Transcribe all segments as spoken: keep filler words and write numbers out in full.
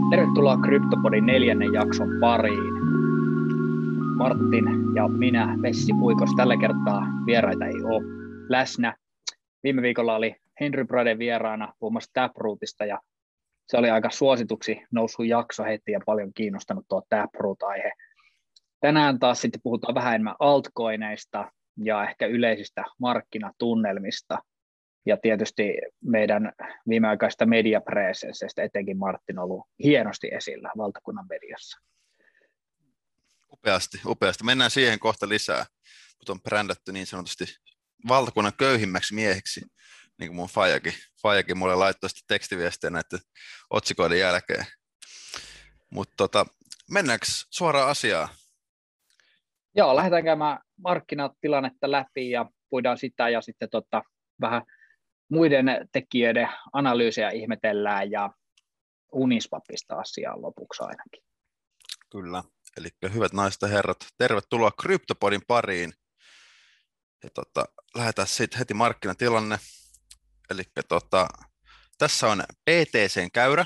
Tervetuloa CryptoPodin neljännen jakson pariin. Martin ja minä, Vessi Puikos, tällä kertaa vieraita ei ole läsnä. Viime viikolla oli Henry Brade vieraana puhumassa Taprootista ja se oli aika suosituksi noussut jakso heti ja paljon kiinnostanut tuo Taproot-aihe. Tänään taas sitten puhutaan vähän enemmän altcoineista ja ehkä yleisistä markkinatunnelmista. Ja tietysti meidän viimeaikaista mediapresenssistä etenkin Martin on ollut hienosti esillä valtakunnan mediassa. Upeasti, upeasti. Mennään siihen kohta lisää, mutta on brändätty niin sanotusti valtakunnan köyhimmäksi mieheksi, niin kuin mun Fajakin. Fajakin mulle laittoi sitä tekstiviestejä näiden otsikoiden jälkeen. Mutta tota, mennäänkö suoraan asiaan? Joo, lähdetään käymään markkinatilannetta läpi ja puidaan sitä ja sitten tota, vähän muiden tekijöiden analyysejä ihmetellään ja Uniswapista asiaan lopuksi ainakin. Kyllä, eli hyvät naiset ja herrat, tervetuloa CryptoPodin pariin. Ja tota, lähdetään sitten heti markkinatilanne. Eli tota, tässä on B T C:n käyrä,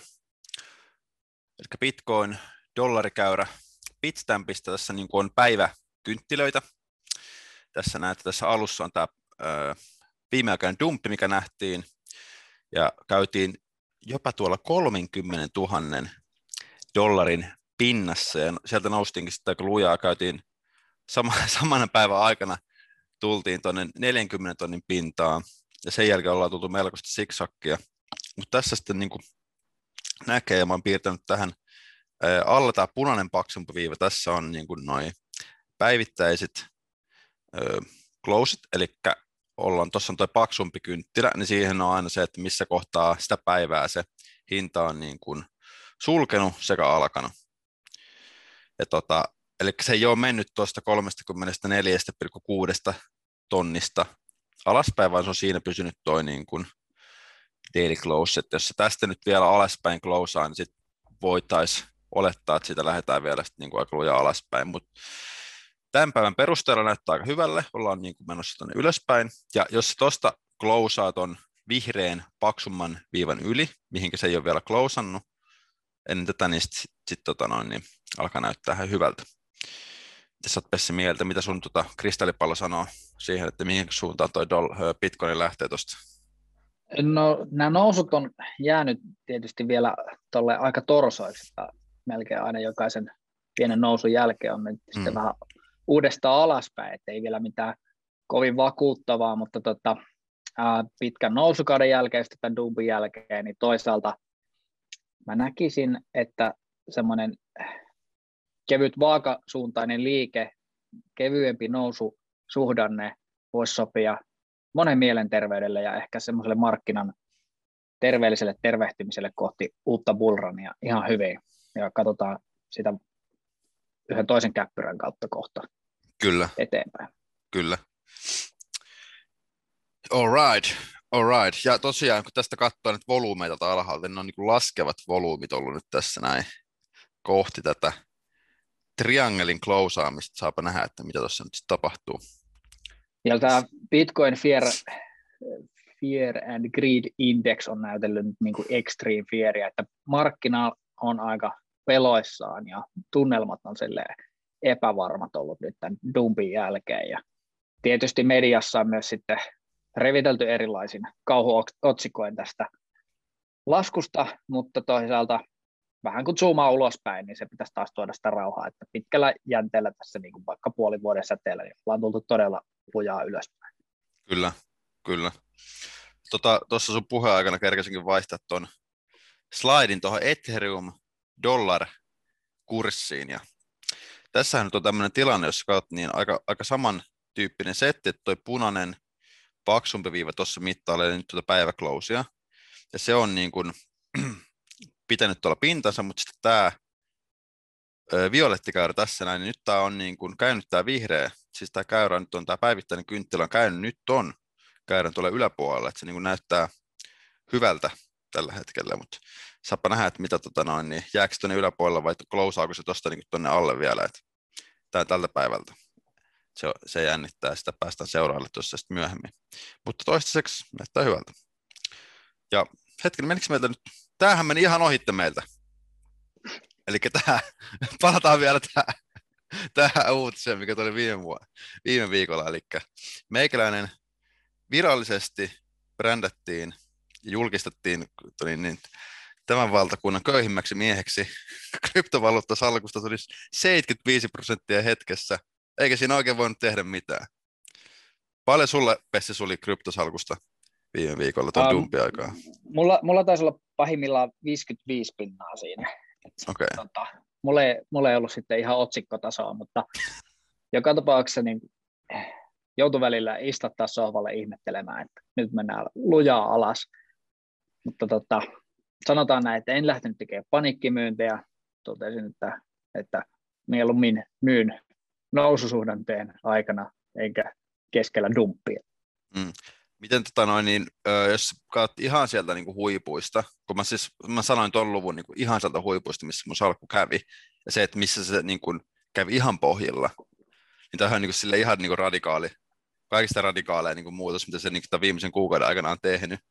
eli Bitcoin, dollarikäyrä. Bitstampista tässä niin kuin on päiväkynttilöitä. Tässä näette, tässä alussa on tämä öö, viimeaikainen dumppi, mikä nähtiin, ja käytiin jopa tuolla kolmekymmentätuhatta dollarin pinnassa, ja sieltä noustiinkin sitten aika lujaa, käytiin sama, samana päivän aikana, tultiin tuonne neljänkymmenen tonnin pintaan, ja sen jälkeen ollaan tultu melkoista siksakkia, mutta tässä sitten niin kuin näkee, ja mä oon piirtänyt tähän ää, alla tämä punainen paksumpi viiva, tässä on niin kuin noi päivittäiset ää, closet, eli ollaan, tuossa on tuo paksumpi kynttilä, niin siihen on aina se, että missä kohtaa sitä päivää se hinta on niin kuin sulkenut sekä alkanut. Ja tota, eli se ei ole mennyt tuosta kolmekymmentäneljä pilkku kuusi tonnista alaspäin, vaan se on siinä pysynyt tuo niin kuin daily close. Että jos se tästä nyt vielä alaspäin closeaa, niin sitten voitaisiin olettaa, että siitä lähdetään vielä sit niin kuin aika lujaa alaspäin. Mut tämän päivän perusteella näyttää aika hyvälle, ollaan niin kuin menossa tuonne ylöspäin, ja jos se tuosta closeaa tuon vihreän paksumman viivan yli, mihinkä se ei ole vielä closeannut, ennen tätä, niin sitten sit, tota noin, niin alkaa näyttää ihan hyvältä. Tässä olet Pessi mieltä, mitä sun tota, kristallipallo sanoo siihen, että mihin suuntaan toi Bitcoin lähtee tuosta? No, nämä nousut on jäänyt tietysti vielä tolle aika torsoiksi, että melkein aina jokaisen pienen nousun jälkeen on nyt mm. sitten vähän uudestaan alaspäin, ettei vielä mitään kovin vakuuttavaa, mutta tota, ää, pitkän nousukauden jälkeen, sitten tämän dumpin jälkeen, niin toisaalta mä näkisin, että semmoinen kevyt vaakasuuntainen liike, kevyempi noususuhdanne voisi sopia monen mielenterveydelle ja ehkä semmoiselle markkinan terveelliselle tervehtymiselle kohti uutta bullrunia ihan hyvin, ja katsotaan sitä yhden toisen käppyrän kautta kohta Kyllä. eteenpäin. Kyllä. All right. All right. Ja tosiaan, kun tästä katsoo nyt volyymeita täältä alhaalta, niin ne on niin kuin laskevat volyymit ollut nyt tässä näin kohti tätä triangelin closeaamista. Saapa nähdä, että mitä tuossa nyt tapahtuu. Ja tämä Bitcoin Fear, Fear and Greed Index on näytellyt nyt niin kuin extreme fearia, että markkina on aika peloissaan ja tunnelmat on epävarmat ollut nyt tämän dumpin jälkeen. Ja tietysti mediassa on myös sitten revitelty erilaisin kauhuotsikoin tästä laskusta, mutta toisaalta vähän kun zoomaa ulospäin, niin se pitäisi taas tuoda sitä rauhaa, että pitkällä jänteellä tässä niin kuin vaikka puolin vuoden säteellä niin ollaan tultu todella lujaa ylöspäin. Kyllä, kyllä. Tuossa tota, sun puheen aikana kerkesinkin vaihtaa tuon slaidin tuohon Ethereum dollar kurssiin, ja tässähän nyt on tämmöinen tilanne, jos katsot, niin aika, aika samantyyppinen setti, että toi punainen paksumpi viiva tuossa mittailee nyt tuota päiväclosea, ja se on niin kuin pitänyt tuolla pintansa, mutta sitten tämä violettikäyrä tässä näin, niin nyt tämä on niin kuin käynyt tämä vihreä, siis tämä käyrä nyt on, tämä päivittäinen kynttilä on käynyt nyt on käyrän tuolla yläpuolella, että se niin kuin näyttää hyvältä tällä hetkellä, mutta saapa nähdä, että mitä tota noin, niin jääkö tuonne yläpuolella vai closeaako se tuosta niin tuonne alle vielä, että tämä tältä päivältä. Se, se jännittää, sitä päästään seuraalle tuossa sitten myöhemmin. Mutta toistaiseksi näyttää hyvältä. Ja hetken, menikö meiltä nyt? Tämähän meni ihan ohitte meiltä. eli tähän, palataan vielä tähän, tähän uutiseen, mikä tuli viime, vuonna, viime viikolla, eli meikäläinen virallisesti brändättiin ja julkistettiin niin, niin, tämän valtakunnan köyhimmäksi mieheksi. Kryptovaluuttasalkusta tuli seitsemänkymmentäviisi prosenttia hetkessä, eikä siinä oikein voinut tehdä mitään. Paljon sulle, Pessi, suli kryptosalkusta viime viikolla tuon um, dumpiaikaa? Mulla, mulla taisi olla pahimmillaan viisikymmentäviisi pinnaa siinä. Okay. Tota, mulla, ei, mulla ei ollut sitten ihan otsikkotasoa, mutta joka tapauksessa niin joutui välillä istattaa sohvalle ihmettelemään, että nyt mennään lujaa alas. Mutta tota, sanotaan näin, että en lähtenyt tekemään paniikkimyyntejä. Totesin, että, että mieluummin myyn noususuhdanteen aikana, eikä keskellä dumppia. Mm. Miten tota noin, niin, jos katsot ihan sieltä niin kuin huipuista, kun mä, siis, mä sanoin tuon luvun niin kuin ihan sieltä huipuista, missä mun salkku kävi, ja se, että missä se niin kuin, kävi ihan pohjilla, niin tämä on niin kuin, sille ihan niin kuin radikaali, kaikista radikaaleja niin kuin muutos, mitä se niin kuin, viimeisen kuukauden aikana on tehnyt.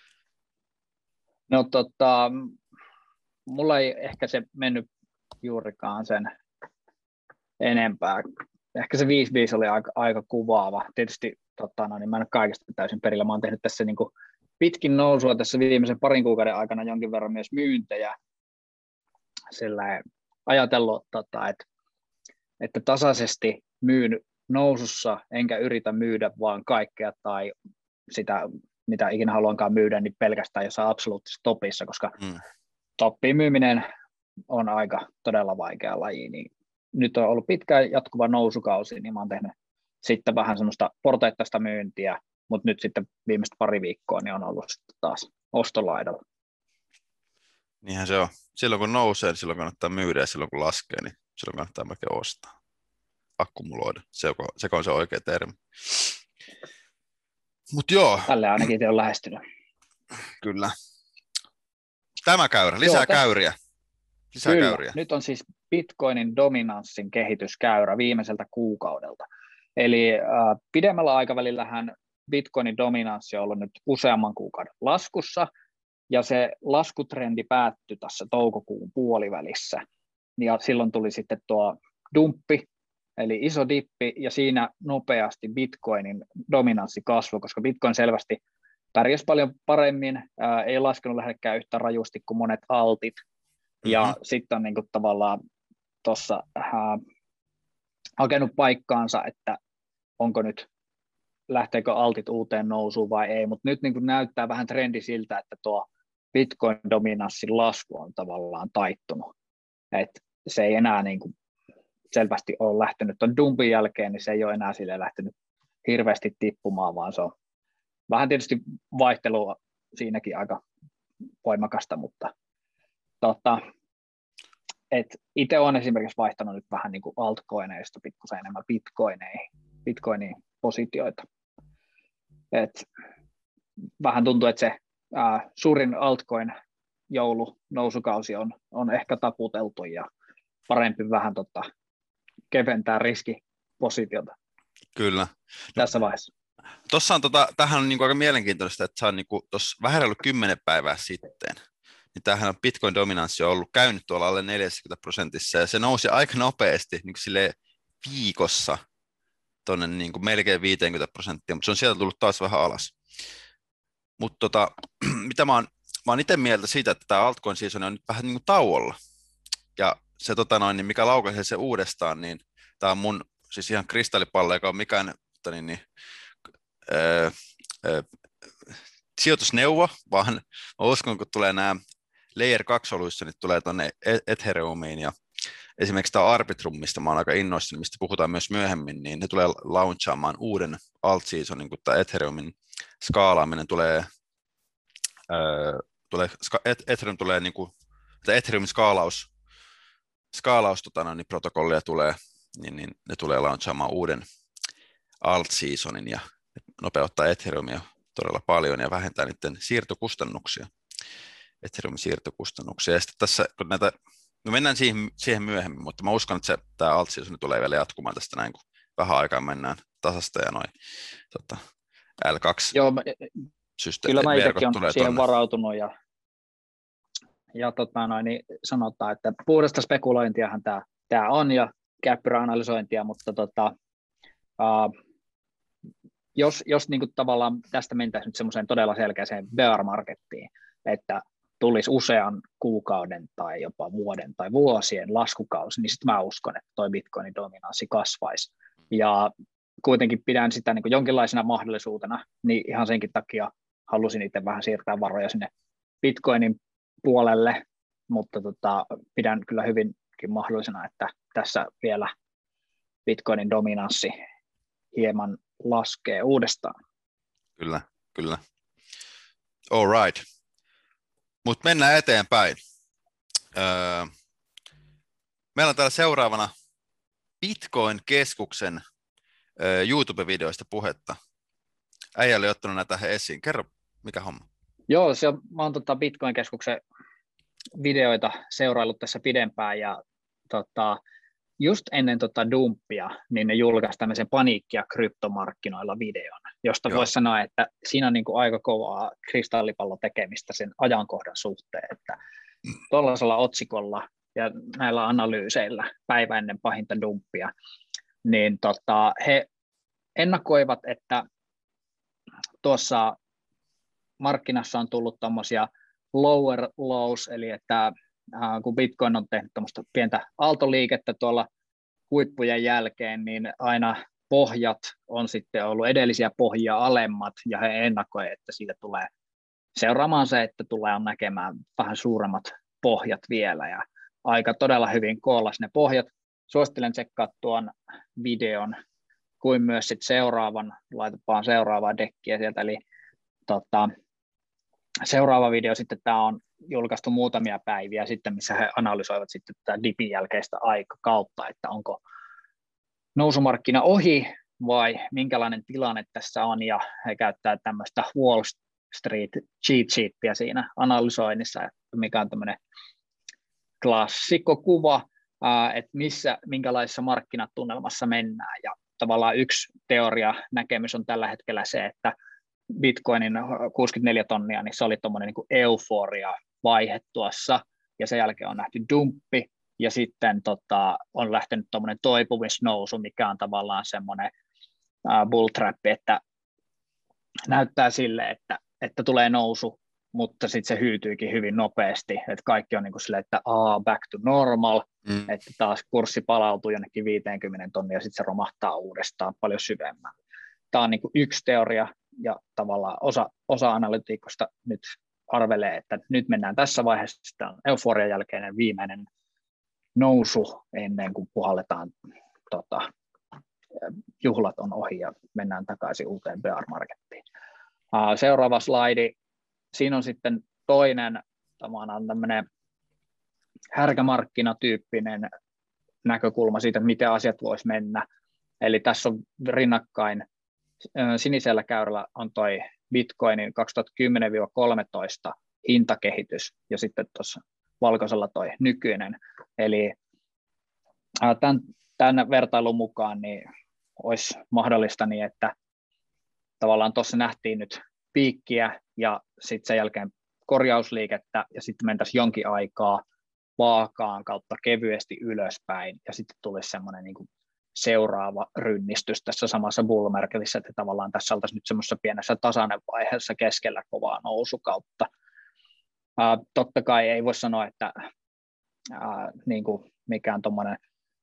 No tota, mulla ei ehkä se mennyt juurikaan sen enempää. Ehkä se viisi viisi oli aika, aika kuvaava. Tietysti tota, no, niin mä en ole kaikesta täysin perillä. Mä oon tehnyt tässä niin kuin pitkin nousua tässä viimeisen parin kuukauden aikana jonkin verran myös myyntejä. Sillä ajatellut, tota, että, että tasaisesti myyn nousussa, enkä yritä myydä vaan kaikkea tai sitä, mitä ikinä haluankaan myydä, niin pelkästään jossain absoluuttisessa topissa, koska mm. toppiin myyminen on aika todella vaikea laji, niin nyt on ollut pitkään jatkuva nousukausi, niin mä oon tehnyt sitten vähän semmoista portaittaista myyntiä, mutta nyt sitten viimeistä pari viikkoa niin on ollut taas ostolaidalla. Niinhän se on. Silloin kun nousee, niin silloin kannattaa myydä, ja silloin kun laskee, niin silloin kannattaa melkein ostaa. Akkumuloida. Se, se on se oikea termi. Mut joo. Tälle ainakin te on lähestynyt. Kyllä. Tämä käyrä, lisää joo, käyriä. Lisää Kyllä. käyriä. Nyt on siis Bitcoinin dominanssin kehityskäyrä viimeiseltä kuukaudelta. Eli äh, pidemmällä aikavälillähän Bitcoinin dominanssi on ollut nyt useamman kuukauden laskussa, ja se laskutrendi päättyi tässä toukokuun puolivälissä. Ja silloin tuli sitten tuo dumppi, eli iso dippi, ja siinä nopeasti Bitcoinin dominanssi kasvoi, koska Bitcoin selvästi pärjäsi paljon paremmin, ää, ei laskenut lähellekään yhtä rajusti kuin monet altit, ja mm-hmm. sitten on niin kuin tavallaan tuossa hakenut paikkaansa, että onko nyt, lähteekö altit uuteen nousuun vai ei, mutta nyt niin kuin näyttää vähän trendi siltä, että tuo Bitcoin-dominanssin lasku on tavallaan taittunut, että se ei enää niin kuin selvästi ole lähtenyt tuon dumpin jälkeen, niin se ei ole enää sille lähtenyt hirveästi tippumaan, vaan se on vähän tietysti vaihtelua siinäkin aika voimakasta, mutta tota, itse olen esimerkiksi vaihtanut nyt vähän niin kuin altcoineista pikkusen enemmän bitcoineihin, bitcoiniin positioita. Et vähän tuntuu, että se ää, suurin altcoin joulu nousukausi on, on ehkä taputeltu ja parempi vähän tota, keventää riskipositiota. Kyllä. Tässä vaiheessa. Tuossa on, tota, tämähän on niinku aika mielenkiintoista, että se on niinku, tuossa vähän ollut kymmenen päivää sitten, niin tämähän on Bitcoin-dominanssi on ollut käynyt tuolla alle neljäkymmentä prosentissa, ja se nousi aika nopeasti niin kuin viikossa tuonne niin kuin melkein viisikymmentä prosenttia, mutta se on sieltä tullut taas vähän alas. Mutta tota, mitä mä oon, mä oon itse mieltä siitä, että tämä altcoin season on nyt vähän niin kuin tauolla, ja se tota noin, niin mikä laukaisee se uudestaan, niin tämä on mun siis ihan kristallipallo, joka on mikään niin, niin, öö, öö, sijoitusneuvo, vaan mä uskon, kun tulee nämä Layer kaksi solutionit tulee tuonne Ethereumiin, ja esimerkiksi tämä Arbitrum, mistä mä oon aika innoissani, mistä puhutaan myös myöhemmin, niin ne tulee launchaamaan uuden alt-seasonin, kun tämä Ethereumin skaalaaminen tulee, öö, tulee Ethereum tulee niin kuin, Ethereumin skaalaus, skaalaus tota, no, niin protokollia tulee, niin, niin ne tulee launchaamaan uuden alt-seasonin ja nopeuttaa Ethereumia todella paljon ja vähentää niiden siirtokustannuksia, Ethereumin siirtokustannuksia. Ja sitten tässä, kun näitä, no mennään siihen, siihen myöhemmin, mutta mä uskon, että se, tämä alt-seasoni tulee vielä jatkumaan tästä näin, kun vähän aikaa mennään tasasta ja noin tota, L kaksi Joo, mä, kyllä mä itsekin olen siihen tonne. varautunut ja, ja tota noin, niin sanotaan, että puhdasta spekulointiahan tämä, tämä on ja käppyräanalysointia, mutta tota, uh, jos, jos niin kuin tavallaan tästä mentäisiin nyt semmoiseen todella selkeäseen bear markettiin, että tulisi usean kuukauden tai jopa vuoden tai vuosien laskukausi, niin sitten mä uskon, että toi Bitcoinin dominanssi kasvaisi. Ja kuitenkin pidän sitä niin kuin jonkinlaisena mahdollisuutena, niin ihan senkin takia halusin itse vähän siirtää varoja sinne Bitcoinin puolelle, mutta tota, pidän kyllä hyvinkin mahdollisena, että tässä vielä Bitcoinin dominanssi hieman laskee uudestaan. Kyllä, kyllä. All right. Mutta mennään eteenpäin. Öö, meillä on täällä seuraavana Bitcoin-keskuksen öö, YouTube-videoista puhetta. Äijä oli ottanut näitä esiin. Kerro, mikä homma? Joo, se on, mä oon tota Bitcoin-keskuksen videoita seuraillut tässä pidempään, ja tota, just ennen tota dumppia, niin ne julkaisi tämmöisen paniikkia kryptomarkkinoilla videon, josta voisi sanoa, että siinä on niin kuin aika kovaa kristallipallon tekemistä sen ajankohdan suhteen, että tuollaisella otsikolla ja näillä analyyseillä päivä ennen pahinta dumppia, niin tota, he ennakoivat, että tuossa markkinassa on tullut tommosia lower lows, eli että äh, kun Bitcoin on tehnyt tämmöistä pientä aaltoliikettä tuolla huippujen jälkeen, niin aina pohjat on sitten ollut edellisiä pohjia alemmat, ja he ennakoivat, että siitä tulee seuraamaan se, että tulee näkemään vähän suuremmat pohjat vielä, ja aika todella hyvin koolas ne pohjat. Suosittelen tsekkaa tuon videon, kuin myös sitten seuraavan, laitapaan seuraavaa dekkiä sieltä, eli tota, seuraava video sitten tämä on julkaistu muutamia päiviä sitten, missä he analysoivat sitten tätä dipin jälkeistä aikakautta, että onko nousumarkkina ohi vai minkälainen tilanne tässä on, ja he käyttää tämmöistä Wall Street cheat sheetia siinä analysoinnissa, mikä on tämmöinen klassikko kuva, että missä, minkälaisessa markkinatunnelmassa mennään, ja tavallaan yksi teoria näkemys on tällä hetkellä se, että Bitcoinin kuusikymmentäneljä tonnia, niin se oli tuommoinen niin euforia-vaihe tuossa, ja sen jälkeen on nähty dumppi, ja sitten tota, on lähtenyt tuommoinen toipumisnousu, mikä on tavallaan semmoinen uh, bull trap, että näyttää sille, että, että tulee nousu, mutta sitten se hyytyykin hyvin nopeasti, että kaikki on niin kuin silleen, että ah, back to normal, mm. että taas kurssi palautuu jonnekin viisikymmentä tonnia, ja sitten se romahtaa uudestaan paljon syvemmälle. Tämä on niin kuin yksi teoria, ja tavallaan osa, osa analytiikosta nyt arvelee, että nyt mennään tässä vaiheessa, sitä on euforian jälkeinen viimeinen nousu ennen kuin puhalletaan, tota, juhlat on ohi ja mennään takaisin uuteen bear markettiin. Seuraava slaidi, siinä on sitten toinen tämmöinen härkämarkkinatyyppinen näkökulma siitä, että miten asiat voisi mennä. Eli tässä on rinnakkain sinisellä käyrällä on toi Bitcoinin kaksituhattakymmenen kolmetoista hintakehitys, ja sitten tuossa valkoisella toi nykyinen. Eli tämän, tämän vertailun mukaan niin olisi mahdollista niin, että tavallaan tuossa nähtiin nyt piikkiä ja sitten sen jälkeen korjausliikettä, ja sitten mentäisiin jonkin aikaa vaakaan kautta kevyesti ylöspäin, ja sitten tulisi semmoinen niin kuin seuraava rynnistys tässä samassa bull marketissa, että tavallaan tässä oltaisiin nyt semmoisessa pienessä tasainen vaiheessa keskellä kovaa nousukautta. Ää, totta kai ei voi sanoa, että ää, niin kuin mikään tuommoinen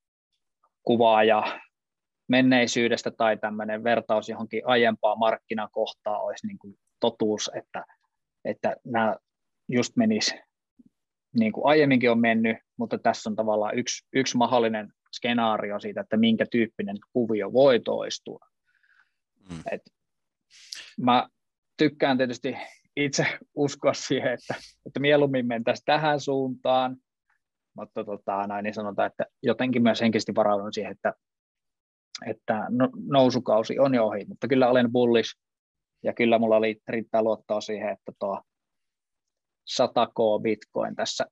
kuvaaja menneisyydestä tai tämmöinen vertaus johonkin aiempaa markkinakohtaa olisi niin kuin totuus, että, että nämä just menisi niin kuin aiemminkin on mennyt, mutta tässä on tavallaan yksi, yksi mahdollinen skenaario siitä, että minkä tyyppinen kuvio voi toistua. Mm. Et mä tykkään tietysti itse uskoa siihen, että, että mieluummin mentäisiin tähän suuntaan, mutta tota, näin niin sanotaan, että jotenkin myös henkisesti varaudun siihen, että, että nousukausi on jo ohi, mutta kyllä olen bullish, ja kyllä mulla oli, riittää luottaa siihen, että tuo sata K Bitcoin tässä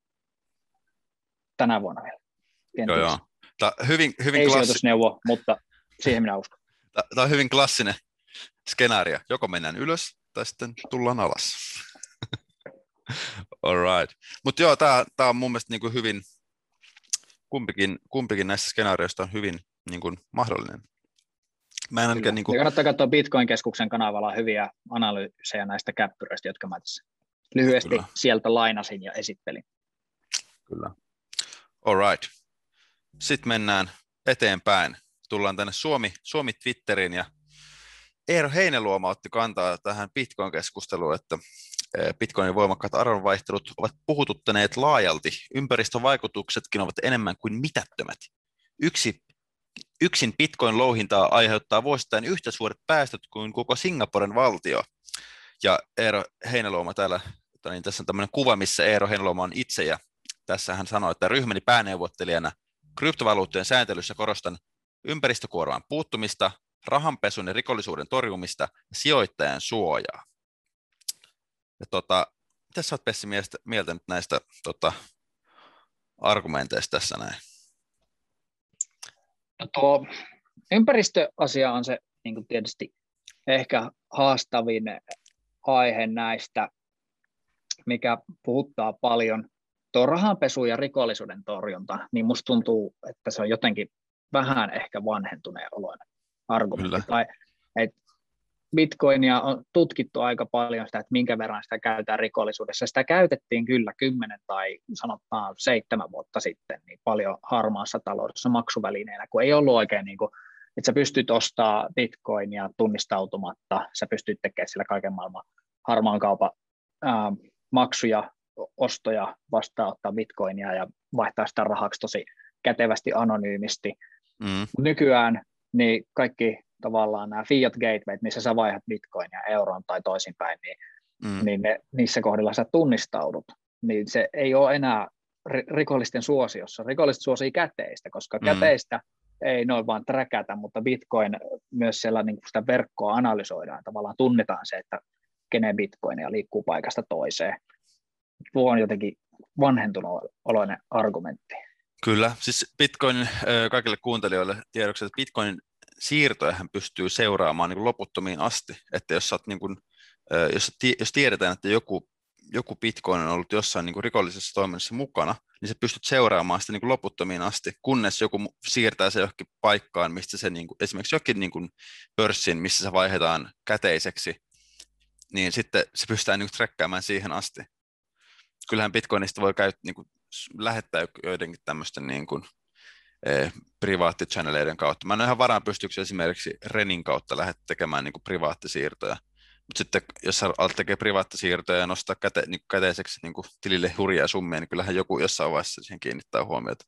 tänä vuonna vielä. Joo, joo. Tämä hyvin, hyvin ei klassi... sijoitusneuvo, mutta siihen minä uskon. Tämä on hyvin klassinen skenaario. Joko mennään ylös tai sitten tullaan alas. All right. Mutta joo, tämä on mun mielestä niinku hyvin, kumpikin, kumpikin näissä skenaarioista on hyvin niinku mahdollinen. Mä en ainakaan, niinku... Kannattaa katsoa Bitcoin-keskuksen kanavalla hyviä analyysejä näistä käppyröistä, jotka mä tässä lyhyesti Kyllä. sieltä lainasin ja esittelin. Kyllä. All right. Sitten mennään eteenpäin. Tullaan tänne Suomi, Suomi Twitteriin ja Eero Heinäluoma otti kantaa tähän Bitcoin-keskusteluun, että Bitcoinin voimakkaat arvonvaihtelut ovat puhututtaneet laajalti. Ympäristövaikutuksetkin ovat enemmän kuin mitättömät. Yksi, yksin Bitcoin-louhintaa aiheuttaa vuosittain yhtä suuret päästöt kuin koko Singaporen valtio. Ja Eero Heinäluoma täällä, niin tässä on tämmöinen kuva, missä Eero Heinäluoma on itse, ja tässä hän sanoi, että ryhmäni pääneuvottelijana kryptovaluuttojen sääntelyssä korostan ympäristökuormaan puuttumista, rahanpesun ja rikollisuuden torjumista ja sijoittajan suojaa. Ja tota, mitä sä oot Pessi mieltä nyt näistä tota, argumenteista tässä näin? No tuo ympäristöasia on se niin kuin tietysti ehkä haastavin aihe näistä, mikä puhuttaa paljon. Tuo rahanpesu ja rikollisuuden torjunta, niin musta tuntuu, että se on jotenkin vähän ehkä vanhentuneen oloinen argumentti. Tai, että Bitcoinia on tutkittu aika paljon sitä, että minkä verran sitä käytetään rikollisuudessa. Sitä käytettiin kyllä kymmenen tai sanotaan seitsemän vuotta sitten niin paljon harmaassa taloudessa maksuvälineenä, kun ei ollut oikein, niin kuin, että sä pystyt ostamaan Bitcoinia tunnistautumatta, sä pystyt tekemään sillä kaiken maailman harmaan kaupan ää, maksuja, ostoja, vastaanottaa Bitcoinia ja vaihtaa sitä rahaksi tosi kätevästi, anonyymisti. Mm. Nykyään niin kaikki tavallaan nämä fiat gatewayt, missä sä vaihdat Bitcoinia euroon tai toisinpäin, niin, mm. niin ne, niissä kohdilla sä tunnistaudut. Niin se ei ole enää rikollisten suosiossa. Rikolliset suosii käteistä, koska mm. käteistä ei noin vaan träkätä, mutta Bitcoin myös siellä niin sitä verkkoa analysoidaan. Tavallaan tunnetaan se, että kenen Bitcoinia liikkuu paikasta toiseen. Tuo on jotenkin vanhentunut oloinen argumentti. Kyllä, siis Bitcoin kaikille kuuntelijoille tiedoksi, että Bitcoinin siirtoja hän pystyy seuraamaan niin kuin loputtomiin asti, että jos, olet, niin kuin, jos, jos tiedetään, että joku, joku Bitcoin on ollut jossain niin kuin rikollisessa toiminnassa mukana, niin sä pystyt seuraamaan sitä niin kuin loputtomiin asti, kunnes joku siirtää se johonkin paikkaan, mistä se niin kuin, esimerkiksi jokin niin kuin pörssin, missä se vaihdetaan käteiseksi, niin sitten se pystytään niin kuin träkkäämään siihen asti. Kyllähän Bitcoinista voi käyttää, niin kuin, lähettää joidenkin tämmöisten niin kuin, eh, privaattchanneleiden kautta. Mä en ole ihan varmaan, pystyykö esimerkiksi Renin kautta lähteä tekemään niin kuin privaattisiirtoja. Mutta sitten jos sä alat tekemään privaattisiirtoja ja nostaa käte, niin käteiseksi niin kuin tilille hurjaa summia, niin kyllähän joku jossain vaiheessa siihen kiinnittää huomiota.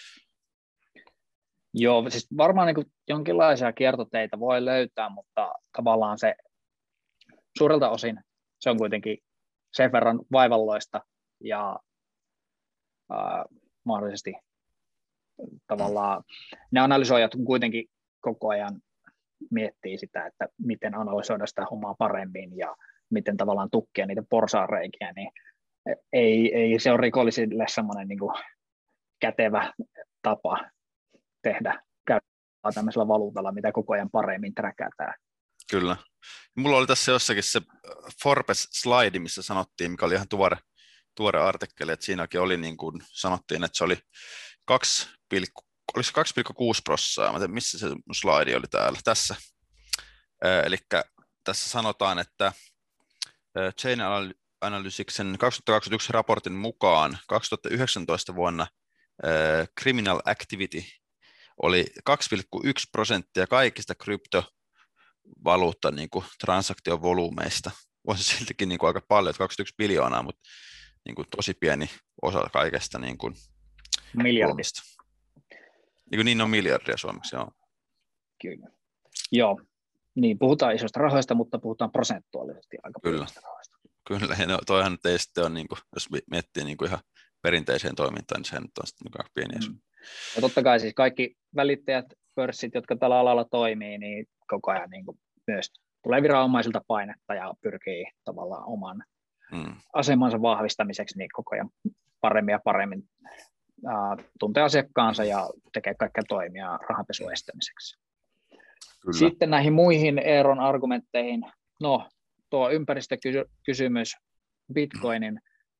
Joo, siis varmaan niin kuin jonkinlaisia kiertoteitä voi löytää, mutta tavallaan se suurelta osin se on kuitenkin sen verran vaivalloista ja äh, mahdollisesti tavallaan ne analysoijat kuitenkin koko ajan miettii sitä, että miten analysoida sitä hommaa paremmin ja miten tavallaan tukkia niitä porsaanreikiä, niin ei, ei se ole rikollisille semmoinen niin kuin kätevä tapa tehdä käyttää tämmöisellä valuutalla, mitä koko ajan paremmin träkätään. Kyllä. Mulla oli tässä jossakin se Forbes-slaidi, missä sanottiin, mikä oli ihan tuore, tuore artikkeli, että siinäkin oli niin kuin sanottiin, että se oli kaksi pilkku kuusi prosenttia, missä se slaidi oli täällä, tässä. Eli tässä sanotaan, että Chain Analysicsen kaksituhattakaksikymmentäyksi raportin mukaan kaksituhattayhdeksäntoista vuonna criminal activity oli kaksi pilkku yksi prosenttia kaikista kryptovaluutta niin kuin transaktiovolyymeista. On se siltikin niin kuin aika paljon, että kaksikymmentäyksi biljoonaa, mutta niin kuin tosi pieni osa kaikesta niin kuin miljardista. Niin, niin on miljardia suomeksi, joo. Kyllä. Joo, niin puhutaan isoista rahoista, mutta puhutaan prosentuaalisesti aika pienistä rahoista. Kyllä, ja no, toihan nyt ei sitten ole, niin kuin, jos miettii niin kuin ihan perinteiseen toimintaan, niin se nyt on sitten niin pieniä. Mm. Ja totta kai siis kaikki välittäjät, pörssit, jotka tällä alalla toimii, niin koko ajan niin kuin myös tulee viranomaisilta painetta ja pyrkii tavallaan oman mm. asemansa vahvistamiseksi niin koko ajan paremmin ja paremmin äh, tuntee asiakkaansa ja tekee kaikkea toimia rahanpesun estämiseksi. Kyllä. Sitten näihin muihin Eeron argumentteihin, no tuo ympäristökysymys Bitcoinin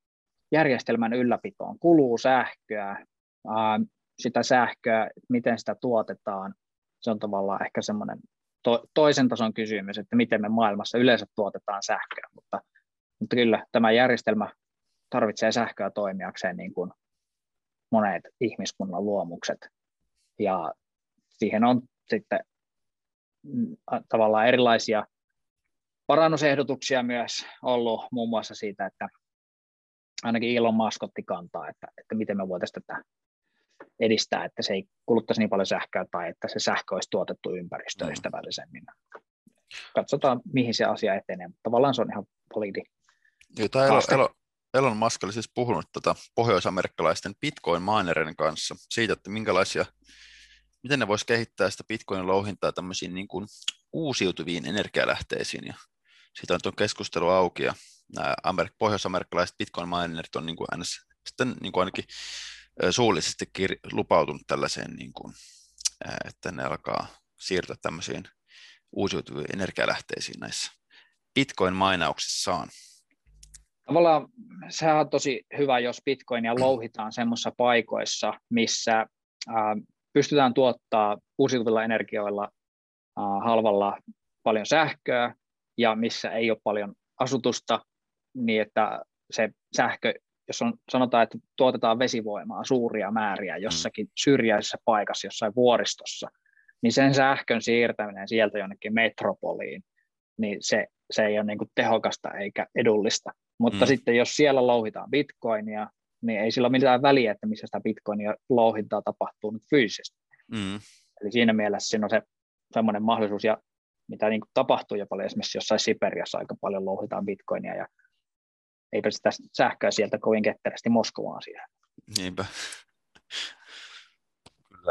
järjestelmän ylläpitoon kuluu sähköä, sitä sähköä, miten sitä tuotetaan, se on tavallaan ehkä semmoinen to, toisen tason kysymys, että miten me maailmassa yleensä tuotetaan sähköä, mutta, mutta kyllä tämä järjestelmä tarvitsee sähköä toimijakseen niin kuin monet ihmiskunnan luomukset, ja siihen on sitten tavallaan erilaisia parannusehdotuksia myös ollut muun muassa siitä, että ainakin Elon Musk otti kantaa, että, että miten me voitaisiin tätä edistää, että se ei kuluttaisi niin paljon sähköä tai että se sähkö olisi tuotettu ympäristöystävällisemmin. Katsotaan, mihin se asia etenee, mutta tavallaan se on ihan validi. Elon, Elon, Elon Musk oli siis puhunut tota pohjoisamerikkalaisten bitcoin-minereiden kanssa siitä, että minkälaisia, miten ne voisi kehittää sitä bitcoinin louhintaa tämmöisiin niin kuin uusiutuviin energialähteisiin, ja siitä on tuon keskustelu auki, ja nämä amerik- pohjoisamerikkalaiset bitcoin-minerit on niin kuin aina, sitten niin kuin ainakin suullisesti kir- lupautunut tällaiseen, niin kuin, että ne alkaa siirtyä tämmöisiin uusiutuviin energialähteisiin näissä bitcoin-mainauksissaan. Tavallaan sehän on tosi hyvä, jos bitcoinia louhitaan semmoisissa paikoissa, missä ää, pystytään tuottaa uusiutuvilla energioilla ää, halvalla paljon sähköä ja missä ei ole paljon asutusta, niin että se sähkö, jos on, sanotaan, että tuotetaan vesivoimaa suuria määriä jossakin syrjäisessä paikassa, jossain vuoristossa, niin sen sähkön siirtäminen sieltä jonnekin metropoliin, niin se, se ei ole niin kuin tehokasta eikä edullista. Mutta mm. sitten jos siellä louhitaan bitcoinia, niin ei sillä ole mitään väliä, että missä sitä bitcoinia louhintaa tapahtuu nyt fyysisesti. Mm. Eli siinä mielessä siinä on se semmoinen mahdollisuus, ja mitä niin kuin tapahtuu jo paljon, esimerkiksi jossain Siperiassa aika paljon louhitaan bitcoinia, ja eipä sitä sähköä sieltä kovin ketterästi Moskovaan siihen. Niinpä. Kyllä.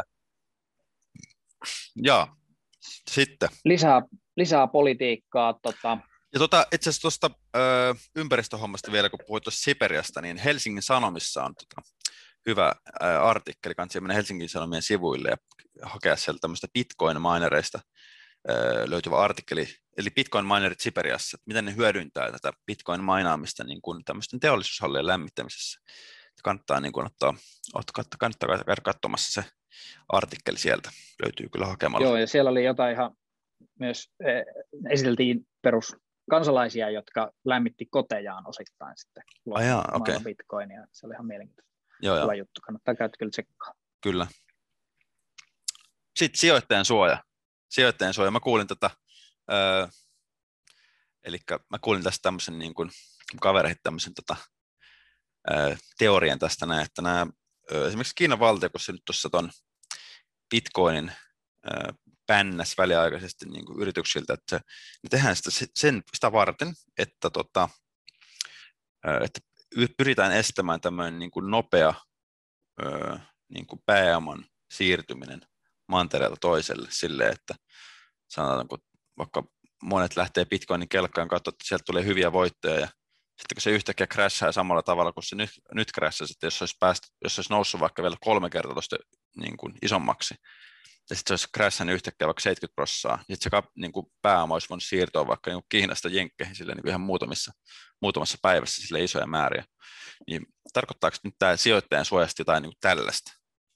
Ja sitten. Lisää, lisää politiikkaa. Tota... Ja tota, itse asiassa tuosta ö, ympäristöhommasta vielä, kun puhuit tuosta Siperiasta, niin Helsingin Sanomissa on tota, hyvä ö, artikkeli, kannattaa mennä Helsingin Sanomien sivuille ja hakea sieltä tämmöistä bitcoin-minereista ö, löytyvä artikkeli, eli bitcoin-minerit Siperiassa, että miten ne hyödyntää tätä bitcoin-mainaamista niin kuin tämmöisten teollisuushallien lämmittämisessä. Kannattaa, niin kuin ottaa, kannattaa käydä katsomassa se artikkeli sieltä, löytyy kyllä hakemalla. Joo, ja siellä oli jotain ihan, myös eh, esiteltiin perus kansalaisia, jotka lämmitti kotejaan osittain sitten ah, okay. bitcoinia. Se oli ihan mielenkiintoista. Joo, hyvä joo. juttu, kannattaa käydä kyllä tsekkaa. Kyllä. Sitten sijoittajan suoja. Sijoittajan suoja. Mä kuulin tätä, öö, eli mä kuulin tästä tämmöisen niin kuin kavereita tämmöisen tota, öö, teorian tästä näin, että nämä, öö, esimerkiksi Kiinan valtio, kun se nyt tuossa ton bitcoinin öö, pännäs väliaikaisesti niin kuin yrityksiltä, että se, ne tehdään sitä, sen, sitä varten, että, tota, että pyritään estämään tämmöinen niin kuin nopea niin kuin pääoman siirtyminen mantereelta toiselle silleen, että sanotaan, kun vaikka monet lähtee Bitcoinin kelkkaan katsoa, että sieltä tulee hyviä voittoja, ja sitten kun se yhtäkkiä crashaa samalla tavalla kuin se nyt, nyt crashasi, että jos olisi, päästy, jos olisi noussut vaikka vielä kolme kertaa tuosta niin kuin isommaksi, ja sitten se olisi crashannut yhtäkkiä vaikka seitsemänkymmentä prosenttia, ja sitten se niin kuin pääoma olisi voinut siirtyä vaikka niin kuin Kiinasta jenkkeihin silleen, niin kuin ihan muutamissa, muutamassa päivässä sille isoja määriä. Niin tarkoittaako nyt tämä sijoittajan suojasta jotain niin kuin tällaista?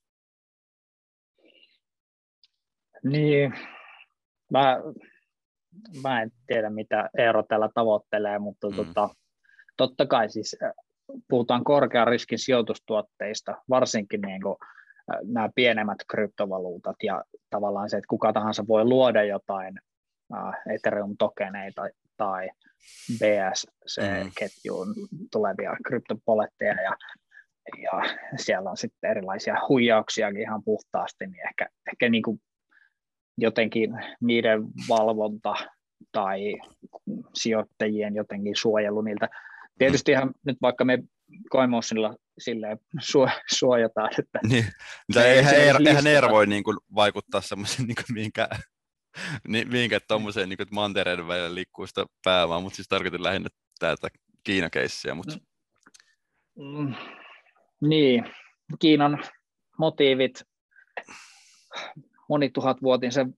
Niin, mä, mä en tiedä mitä Eero tällä tavoittelee, mutta mm. tota, totta kai siis puhutaan korkean riskin sijoitustuotteista, varsinkin niin kuin nämä pienemmät kryptovaluutat ja tavallaan se, että kuka tahansa voi luoda jotain uh, Ethereum-tokeneita tai B S C-ketjuun tulevia kryptopoletteja ja, ja siellä on sitten erilaisia huijauksiakin ihan puhtaasti, niin ehkä, ehkä niin kuin jotenkin niiden valvonta tai sijoittajien jotenkin suojelu niiltä. Tietysti ihan nyt vaikka me Coinmotionilla silleen suojataan, että... Niin, eihän, eihän Eero voi niin kuin vaikuttaa semmoisen niin mihinkään, mihinkään tuommoiseen niin mantereiden välillä liikkuu sitä pääomaa, mutta siis tarkoitin lähinnä täältä Kiina-keissiä. Mutta... Mm, niin, Kiinan motiivit monituhatvuotisen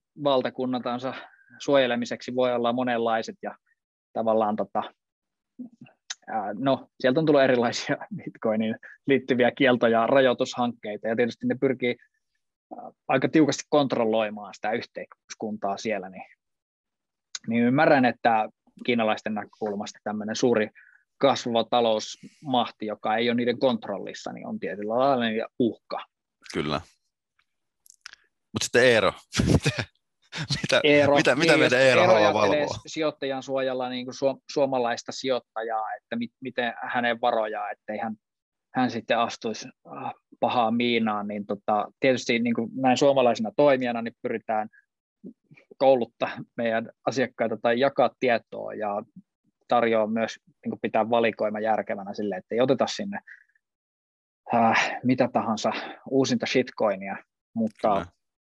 valtakunnansa suojelemiseksi voi olla monenlaiset ja tavallaan tota, No, sieltä on tullut erilaisia Bitcoiniin liittyviä kielto- ja rajoitushankkeita, ja tietysti ne pyrkii aika tiukasti kontrolloimaan sitä yhteiskuntaa siellä, niin, niin ymmärrän, että kiinalaisten näkökulmasta tämmöinen suuri kasvava talousmahti, joka ei ole niiden kontrollissa, niin on tietyllä lailla uhka. Kyllä. Mutta sitten Eero, mitä, Eero, mitä, mitä niin, meidän Eero, Eero haluaa valvoa? Sijoittajan suojella niin kuin su- suomalaista sijoittajaa, että mit, miten hänen varojaa, ettei hän, hän sitten astuisi pahaan miinaan, niin tota, tietysti niin kuin näin suomalaisena toimijana niin pyritään kouluttaa meidän asiakkaita tai jakaa tietoa ja tarjoaa myös niin kuin pitää valikoima järkevänä sille, että ei oteta sinne äh, mitä tahansa uusinta shitcoinia, mutta Kyllä.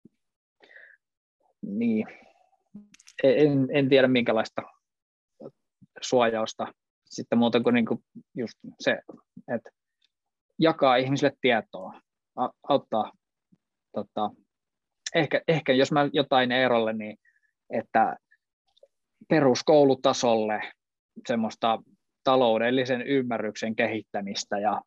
niin, en, en tiedä minkälaista suojausta sitten muuta kuin, niin kuin just se, että jakaa ihmisille tietoa, auttaa, tota, ehkä, ehkä jos mä jotain Eerolle, niin että peruskoulutasolle semmoista taloudellisen ymmärryksen kehittämistä ja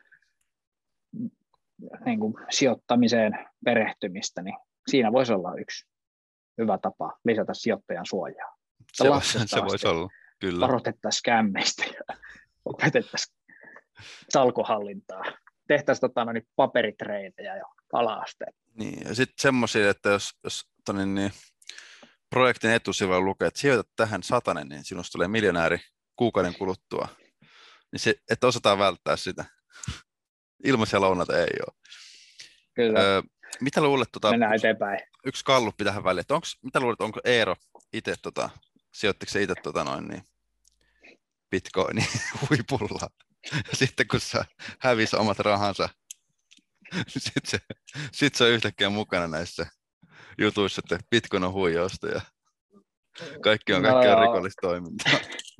niin kuin sijoittamiseen perehtymistä, niin siinä voisi olla yksi hyvä tapa lisätä sijoittajan suojaa. Se, se voisi olla, kyllä. Varoitettaisiin skämmeistä ja opetettaisiin salkuhallintaa. Tehtäisiin tota, no, niin paperitreitejä ja ala-asteita. Niin, ja sitten semmoisia, että jos, jos toni, niin, projektin etusivuilla lukee, että sijoitat tähän satanen, niin sinusta tulee miljonääri kuukauden kuluttua. Niin se, että osataan välttää sitä. Ilmaisia lounaita ei ole. Kyllä. Öö, mitä luulet, tota, mennään eteenpäin. Yksi kalluppi tähän väliin, että onks, mitä luulet, onko Eero itse, tota, sijoittiko se itse tota, noin, niin, Bitcoinin huipulla? Ja sitten kun sä hävisi omat rahansa, sitten se, sit se on yhtäkkiä mukana näissä jutuissa, että Bitcoin on huijausta ja kaikki on, kaikki on no, rikollista toimintaa.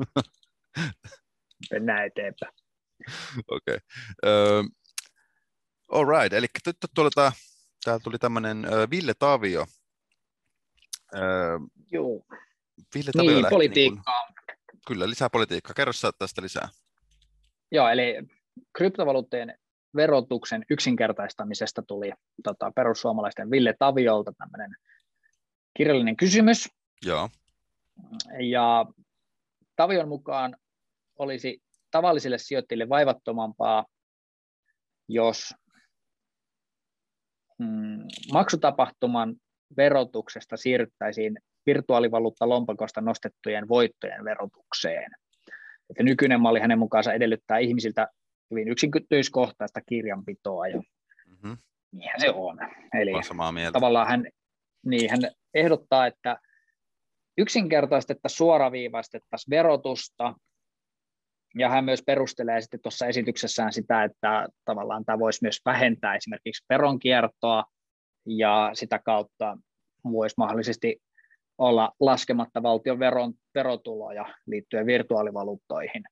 Mennään eteenpäin. Okei. Okay. Uh, all right, eli nyt tuolta, täällä tuli tämmöinen uh, Ville Tavio. Uh, Joo. Ville Tavio niin, lähti, politiikkaa. Niin kun, kyllä, lisää politiikkaa. Kerro sä tästä lisää. Joo, eli kryptovaluutteen verotuksen yksinkertaistamisesta tuli tota, perussuomalaisten Ville Taviolta tämmöinen kirjallinen kysymys. Joo. Ja Tavion mukaan olisi tavallisille sijoittajille vaivattomampaa, jos mm, maksutapahtuman verotuksesta siirryttäisiin virtuaalivaluutta-lompakosta nostettujen voittojen verotukseen. Että nykyinen malli hänen mukaansa edellyttää ihmisiltä hyvin yksityiskohtaista kirjanpitoa, ja mm-hmm. niinhän se on. Eli tavallaan hän, niin, hän ehdottaa, että yksinkertaistettaisiin, suoraviivaistettaisiin verotusta, ja hän myös perustelee sitten tuossa esityksessään sitä, että tavallaan tämä voisi myös vähentää esimerkiksi veronkiertoa, ja sitä kautta voisi mahdollisesti olla laskematta valtion veron, verotuloja liittyen virtuaalivaluuttoihin.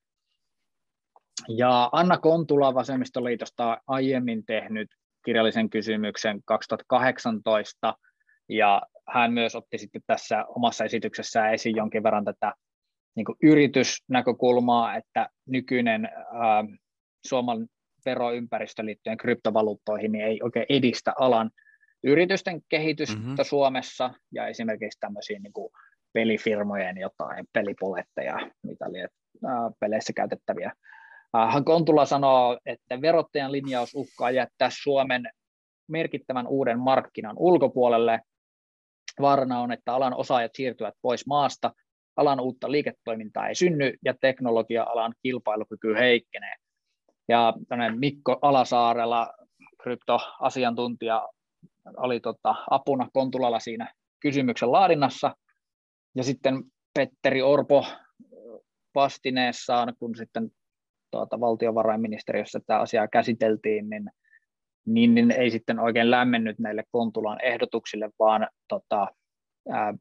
Ja Anna Kontula Vasemmistoliitosta on aiemmin tehnyt kirjallisen kysymyksen kaksituhattakahdeksantoista, ja hän myös otti sitten tässä omassa esityksessään esiin jonkin verran tätä niin kuin yritysnäkökulmaa, että nykyinen ää, Suomen veroympäristö liittyen kryptovaluuttoihin niin ei oikein edistä alan yritysten kehitystä mm-hmm. Suomessa, ja esimerkiksi tämmöisiä niin kuin pelifirmojen jotain pelipoletteja, mitä oli ää, peleissä käytettäviä. Ää, Kontula sanoo, että verottajan linjaus uhkaa jättää Suomen merkittävän uuden markkinan ulkopuolelle. Vaarana on, että alan osaajat siirtyvät pois maasta, alan uutta liiketoimintaa ei synny ja teknologia-alan kilpailukyky heikkenee. Ja Mikko Alasaarela, kryptoasiantuntija, oli tota, apuna Kontulalla siinä kysymyksen laadinnassa. Ja sitten Petteri Orpo vastineessaan, kun sitten tuota, valtiovarainministeriössä tämä asiaa käsiteltiin, niin, niin, niin ei sitten oikein lämmennyt näille Kontulan ehdotuksille, vaan tota, ää,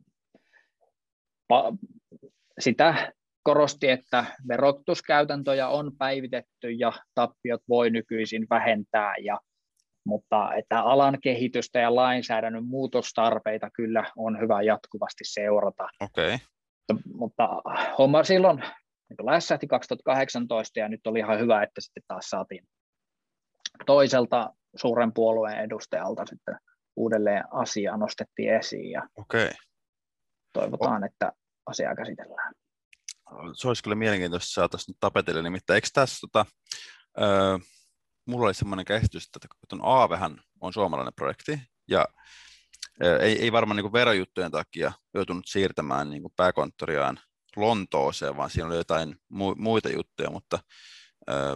pa, sitä korosti, että verotuskäytäntöjä on päivitetty ja tappiot voi nykyisin vähentää, ja, mutta että alan kehitystä ja lainsäädännön muutostarpeita kyllä on hyvä jatkuvasti seurata. Okay. Mutta, mutta homma silloin niin lässähti kaksituhattakahdeksantoista, ja nyt oli ihan hyvä, että sitten taas saatiin toiselta suuren puolueen edustajalta sitten uudelleen asiaa nostettiin esiin, ja Okei. toivotaan, oh. että asiaa käsitellään. Se olisi kyllä mielenkiintoista saataisiin nyt tapetille, nimittäin eikö tässä, tota, öö, mulla oli semmoinen käsitys, että tuon Aavehan on suomalainen projekti, ja öö, ei, ei varmaan niin kuin verojuttujen takia joutunut siirtämään niin kuin pääkonttoriaan Lontooseen, vaan siinä oli jotain mu- muita juttuja, mutta öö,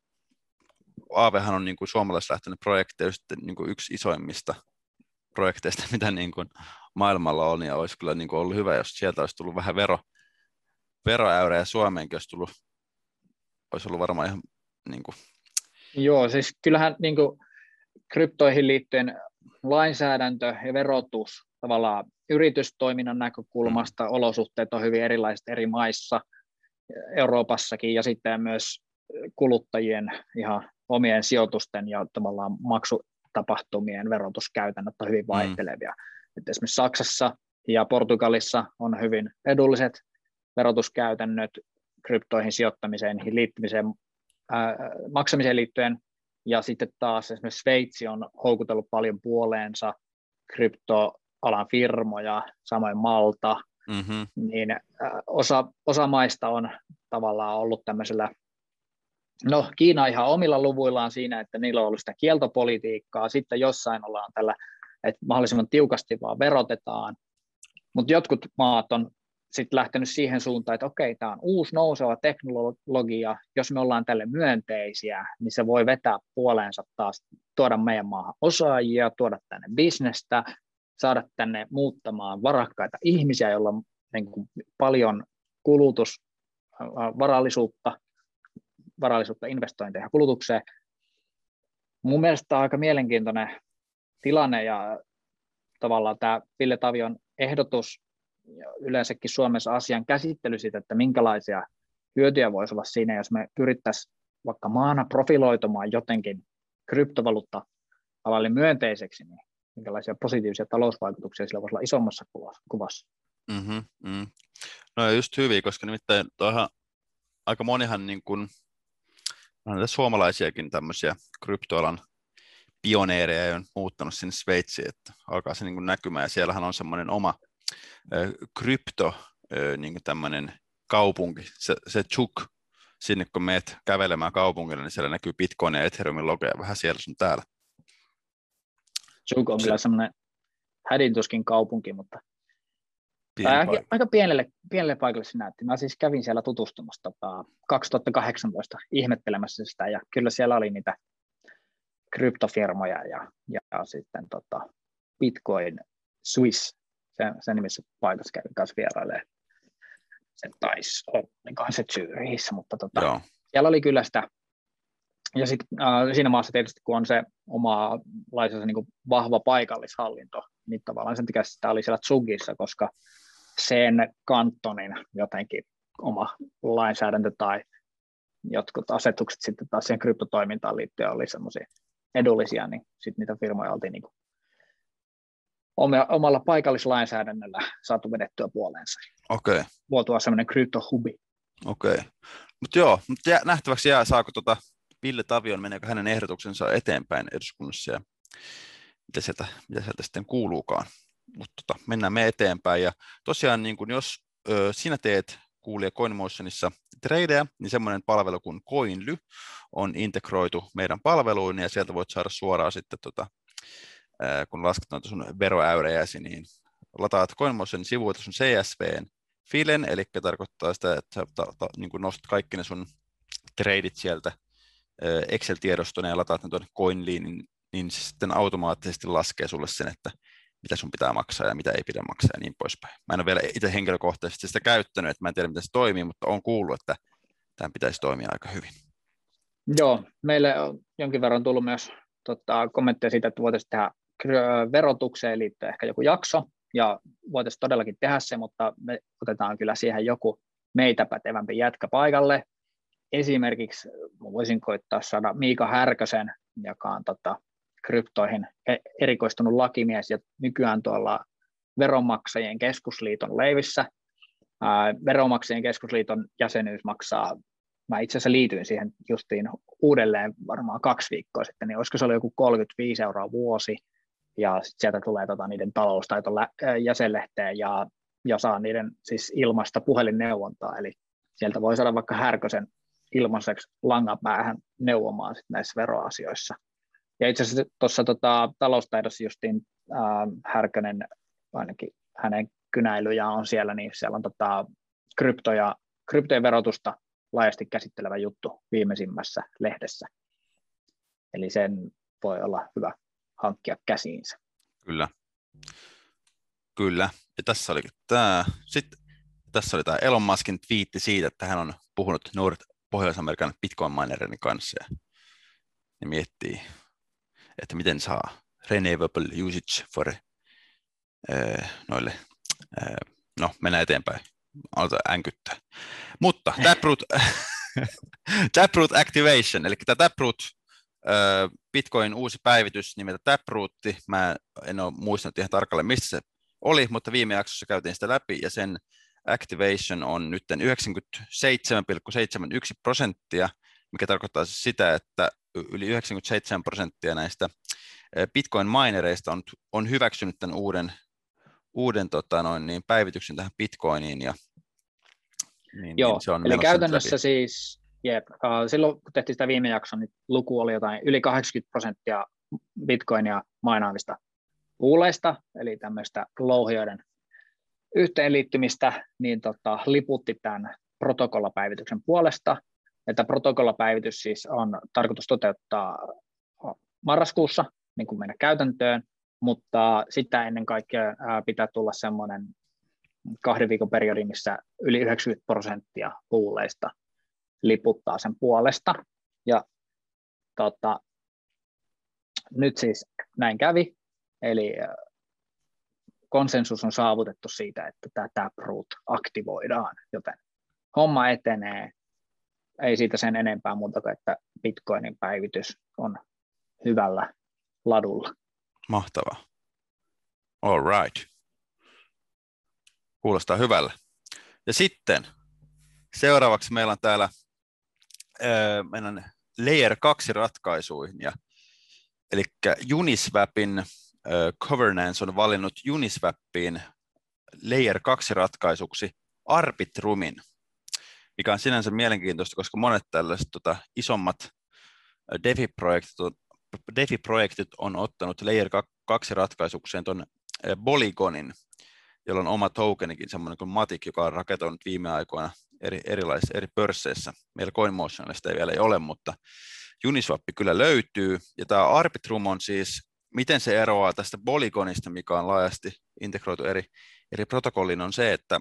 Aavehan on niin kuin suomalaislähtöinen projekti, ja sitten niin kuin yksi isoimmista projekteista, mitä niin kuin maailmalla on, ja olisi kyllä niin kuin ollut hyvä, jos sieltä olisi tullut vähän vero, veroäyrejä Suomeenkin, olisi tullut, olisi ollut varmaan ihan niin kuin... Joo, siis kyllähän niin kuin kryptoihin liittyen lainsäädäntö ja verotus tavallaan yritystoiminnan näkökulmasta mm. olosuhteet on hyvin erilaiset eri maissa, Euroopassakin, ja sitten myös kuluttajien ihan omien sijoitusten ja tavallaan maksutapahtumien verotuskäytännöt on hyvin vaihtelevia. Mm. Et esimerkiksi Saksassa ja Portugalissa on hyvin edulliset verotuskäytännöt kryptoihin sijoittamiseen, niihin liittymiseen, ää, maksamiseen liittyen, ja sitten taas esimerkiksi Sveitsi on houkutellut paljon puoleensa kryptoalan firmoja, samoin Malta, mm-hmm. niin ää, osa, osa maista on tavallaan ollut tämmöisellä, no Kiina ihan omilla luvuillaan siinä, että niillä on ollut sitä kieltopolitiikkaa, sitten jossain ollaan tällä, että mahdollisimman tiukasti vaan verotetaan, mutta jotkut maat on sitten lähtenyt siihen suuntaan, että okei, tämä on uusi nouseva teknologia, jos me ollaan tälle myönteisiä, niin se voi vetää puoleensa taas, tuoda meidän maahan osaajia, tuoda tänne bisnestä, saada tänne muuttamaan varakkaita ihmisiä, joilla on niin kuin paljon kulutusvarallisuutta, varallisuutta investointeja kulutukseen. Mun mielestä tämä on aika mielenkiintoinen tilanne, ja tavallaan tämä Ville Tavion ehdotus ja yleensäkin Suomessa asian käsittely siitä, että minkälaisia hyötyjä voisi olla siinä, jos me pyrittäisiin vaikka maana profiloitumaan jotenkin kryptovaluutta-alalle myönteiseksi, niin minkälaisia positiivisia talousvaikutuksia sillä voisi olla isommassa kuvassa. Mm-hmm, mm. No just hyvin, koska nimittäin toihan, aika monihan niin kuin, on suomalaisiakin tämmöisiä kryptoalan pioneereja on muuttanut sinne Sveitsiin, että alkaa se niin kuin näkymään, ja siellähän on semmoinen oma krypto, niin kuin tämmöinen kaupunki, se, se Chuk, sinne kun meet kävelemään kaupungilla, niin siellä näkyy Bitcoin ja Ethereumin logoja vähän siellä sun täällä. Chuk on se, kyllä semmoinen hädintuskin kaupunki, mutta pieni aika, aika pienelle, pienelle paikalle se näytti. Mä siis kävin siellä tutustumassa tota, kaksituhattakahdeksantoista ihmettelemässä sitä, ja kyllä siellä oli niitä kryptofirmoja ja, ja sitten tota, Bitcoin Swiss, sen, sen nimessä paikassa kävin kanssa vierailemaan. Se taisi olla se Zyrihissä, mutta tota, siellä oli kyllä sitä. Ja sitten äh, siinä maassa tietysti, kun on se omalaisensa niin kuin vahva paikallishallinto, niin tavallaan sen takia sitä oli siellä Zugissa, koska sen kantonin jotenkin oma lainsäädäntö tai jotkut asetukset sitten taas siihen kryptotoimintaan liittyen oli semmoisia edullisia, niin sitten niitä firmoja oltiin niin kuin omalla paikallislainsäädännöllä saatu vedettyä puoleensa. Okei. Okay. Vuotua semmoinen kryptohubi. Okei. Okay. Mutta joo, mutta jää, nähtäväksi jää, saako tota Ville Tavion, meneekö hänen ehdotuksensa eteenpäin eduskunnassa ja mitä sieltä, mitä sieltä sitten kuuluukaan. Mutta tota, mennään me eteenpäin. Ja tosiaan, niin kun jos ö, sinä teet kuulija CoinMotionissa tradeja, niin semmoinen palvelu kuin Coinly on integroitu meidän palveluun, ja sieltä voit saada suoraan sitten, tota, ää, kun lasket noita sun veroäyrejäsi, niin lataat CoinMotionin sivuilta sun C S V:n filen, eli tarkoittaa sitä, että sä ta, ta, niin kun nostat kaikki ne sun tradeit sieltä Excel-tiedostona ja lataat ne tuonne Coinlyin, niin, niin se sitten automaattisesti laskee sulle sen, että mitä sun pitää maksaa ja mitä ei pidä maksaa ja niin poispäin. Mä en ole vielä itse henkilökohtaisesti sitä käyttänyt, että mä en tiedä, miten se toimii, mutta olen kuullut, että tämän pitäisi toimia aika hyvin. Joo, meille on jonkin verran tullut myös tota, kommentteja siitä, että voitaisiin tehdä verotukseen liittyen ehkä joku jakso, ja voitaisiin todellakin tehdä se, mutta me otetaan kyllä siihen joku meitä pätevämpi jätkä paikalle. Esimerkiksi voisin koittaa saada Miika Härkösen, joka on tota, kryptoihin erikoistunut lakimies ja nykyään tuolla Veronmaksajien keskusliiton leivissä, ää, Veronmaksajien keskusliiton jäsenyys maksaa, mä itse asiassa liityin siihen justiin uudelleen varmaan kaksi viikkoa sitten, niin olisiko se oli joku kolmekymmentäviisi euroa vuosi, ja sit sieltä tulee tota, niiden taloustaito jäsenlehteen, ja, ja saa niiden siis ilmaista puhelinneuvontaa, eli sieltä voi saada vaikka Härkösen ilmaiseksi langan päähän neuvomaan sit näissä veroasioissa. Ja itse asiassa tuossa tota, taloustaidossa justiin ää, Härkönen, ainakin hänen kynäilyjä on siellä, niin siellä on tota, kryptoja, kryptojen verotusta laajasti käsittelevä juttu viimeisimmässä lehdessä. Eli sen voi olla hyvä hankkia käsiinsä. Kyllä. Kyllä. Ja tässä oli tämä. Sitten tässä oli tämä Elon Muskin twiitti siitä, että hän on puhunut nuoret Pohjois-Amerikan Bitcoin-minereiden kanssa ja ne miettii, että miten saa renewable usage for äh, noille, äh, no mennään eteenpäin, aletaan änkyttää. Mutta Taproot, Taproot Activation, eli tämä Taproot äh, Bitcoin uusi päivitys nimeltä Taproot, mä en ole muistanut ihan tarkalleen mistä se oli, mutta viime jaksossa käytiin sitä läpi ja sen activation on nyt yhdeksänkymmentäseitsemän pilkku seitsemänkymmentäyksi prosenttia, mikä tarkoittaa siis sitä, että yli yhdeksänkymmentäseitsemän prosenttia näistä Bitcoin-minereista on, on hyväksynyt tämän uuden, uuden tota noin, niin päivityksen tähän Bitcoiniin. Ja, niin, Joo, niin se on eli käytännössä siis, jep, uh, silloin kun tehtiin sitä viime jakson, niin luku oli jotain yli kahdeksankymmentä prosenttia Bitcoinia mainaavista pooleista, eli tämmöistä louhijoiden yhteenliittymistä, niin tota, liputti tämän protokollapäivityksen puolesta. Että protokollapäivitys siis on tarkoitus toteuttaa marraskuussa, niin kuin mennä käytäntöön, mutta sitä ennen kaikkea ää, pitää tulla semmoinen kahden viikon periodi, missä yli yhdeksänkymmentä prosenttia pooleista liputtaa sen puolesta. Ja tota, nyt siis näin kävi, eli konsensus on saavutettu siitä, että tämä Taproot aktivoidaan, joten homma etenee. Ei siitä sen enempää muuta kuin, että Bitcoinin päivitys on hyvällä ladulla. Mahtavaa. All right. Kuulostaa hyvällä. Ja sitten seuraavaksi meillä on täällä ää, meidän Layer kaksi ratkaisuihin. Ja, eli Uniswapin ää, governance on valinnut Uniswapiin Layer kaksi ratkaisuksi Arbitrumin, mikä on sinänsä mielenkiintoista, koska monet tällaiset tota, isommat DeFi-projektit on, DeFi-projektit on ottanut Layer kaksi ratkaisukseen tuon Polygonin, jolla on oma tokenikin, semmoinen kuin Matic, joka on rakentanut viime aikoina eri, erilaisissa eri pörsseissä. Meillä CoinMotionilla sitä ei vielä ei ole, mutta Uniswap kyllä löytyy. Ja tämä Arbitrum on siis, miten se eroaa tästä Polygonista, mikä on laajasti integroitu eri, eri protokolliin, on se, että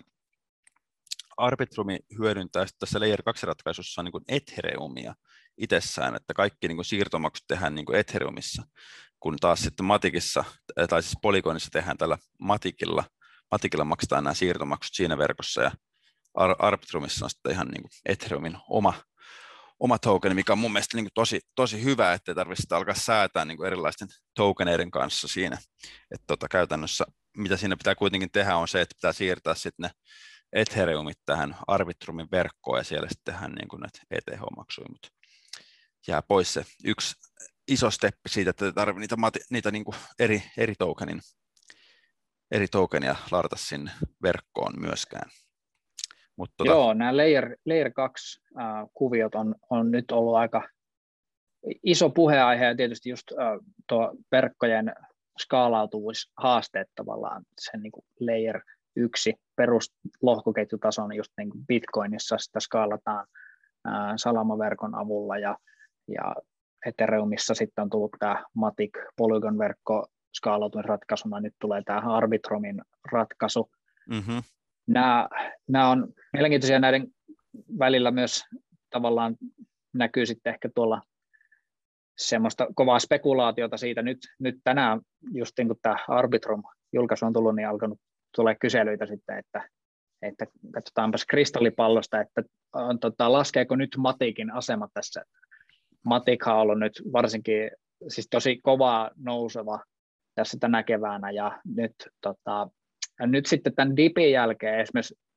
Arbitrumi hyödyntää tässä Layer kaksi ratkaisussa niin kuin Ethereumia itsessään, että kaikki niin kuin siirtomaksut tehdään niin kuin Ethereumissa, kun taas sitten Maticissa, tai siis Polygonissa tehdään tällä Maticilla, Maticilla maksetaan nämä siirtomaksut siinä verkossa, ja Ar- Arbitrumissa on sitten ihan niin kuin Ethereumin oma, oma tokeni, mikä on mun mielestä niin kuin tosi, tosi hyvä, ettei tarvitse alkaa säätää niin kuin erilaisten tokeneiden kanssa siinä, että tota, käytännössä mitä siinä pitää kuitenkin tehdä on se, että pitää siirtää sitten ne Ethereumit tähän Arbitrumin verkkoon ja siellä sitten tehdään niin kuin näitä E T H-maksuja, mutta jää pois se yksi iso steppi siitä, että tarvitsee niitä, mati, niitä niin kuin eri, eri, tokenin, eri tokenia ladata sinne verkkoon myöskään. Mut tota... Joo, nämä Layer, Layer kaksi äh, kuviot on, on nyt ollut aika iso puheenaihe ja tietysti just äh, tuo verkkojen skaalautuvuushaasteet tavallaan sen niin kuin Layer yksi peruslohkoketjutason just niin kuin Bitcoinissa sitä skaalataan ää, salamaverkon avulla ja, ja Ethereumissa sitten on tullut tämä Matic Polygon-verkko skaalautumisratkaisuna, nyt tulee tämä Arbitrumin ratkaisu. Mm-hmm. Nämä, nämä on mielenkiintoisia näiden välillä myös tavallaan näkyy sitten ehkä tuolla semmoista kovaa spekulaatiota siitä. Nyt, nyt tänään just niin kuin tämä Arbitrum-julkaisu on tullut, niin alkanut tulee kyselyitä sitten, että, että katsotaanpas kristallipallosta, että on, tota, laskeeko nyt Maticin asema tässä. Matic on ollut nyt varsinkin siis tosi kovaa nouseva tässä tänä keväänä, ja nyt, tota, ja nyt sitten tämän dipin jälkeen esimerkiksi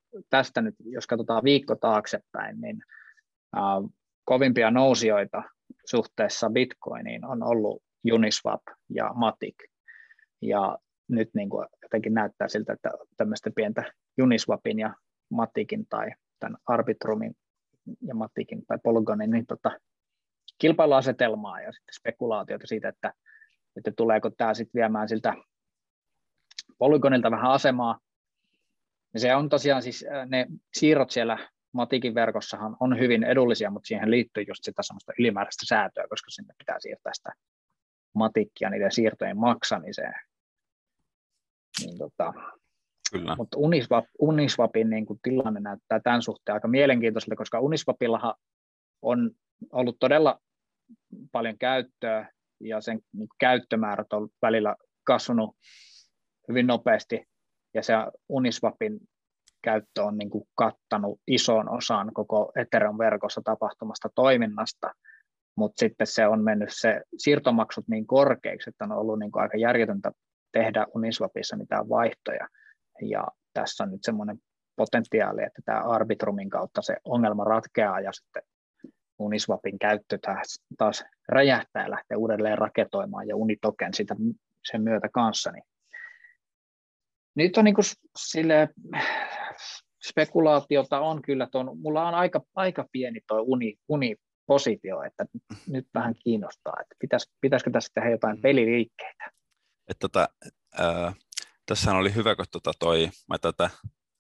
tästä nyt, jos katsotaan viikko taaksepäin, niin uh, kovimpia nousijoita suhteessa Bitcoiniin on ollut Uniswap ja Matic. Ja nyt niin kuin jotenkin näyttää siltä, että tämmöistä pientä Uniswapin ja Maticin tai tämän Arbitrumin ja Maticin tai Polygonin niin tota, kilpailuasetelmaa ja sitten spekulaatiota siitä, että, että tuleeko tämä sitten viemään siltä Polygonilta vähän asemaa. Ja se on tosiaan siis ne siirrot siellä Maticin verkossahan on hyvin edullisia, mutta siihen liittyy just sitä semmoista ylimääräistä säätöä, koska sinne pitää siirtää sitä Maticia niiden siirtojen maksamiseen. Niin tota, Kyllä. mutta Uniswap, Uniswapin niin kuin tilanne näyttää tämän suhteen aika mielenkiintoiselta, koska Uniswapillahan on ollut todella paljon käyttöä ja sen niin kuin käyttömäärät on välillä kasvanut hyvin nopeasti ja se Uniswapin käyttö on niin kuin kattanut ison osan koko Ethereum-verkossa tapahtumasta toiminnasta, mutta sitten se on mennyt se siirtomaksut niin korkeiksi, että on ollut niin kuin aika järjetöntä tehdä Uniswapissa mitään vaihtoja. Ja tässä on nyt semmoinen potentiaali, että tämä Arbitrumin kautta se ongelma ratkeaa ja sitten Uniswapin käyttö taas, taas räjähtää ja lähtee uudelleen raketoimaan ja Unitoken sitä sen myötä kanssa. Niin nyt on niin kuin sille spekulaatiota on kyllä, ton, mulla on aika, aika pieni tuo uni, unipositio, että nyt vähän kiinnostaa, että pitäis, pitäisikö tässä tehdä jotain peliliikkeitä. Että tota, äh, tässähän oli hyvä, kun tota toi, mä tätä,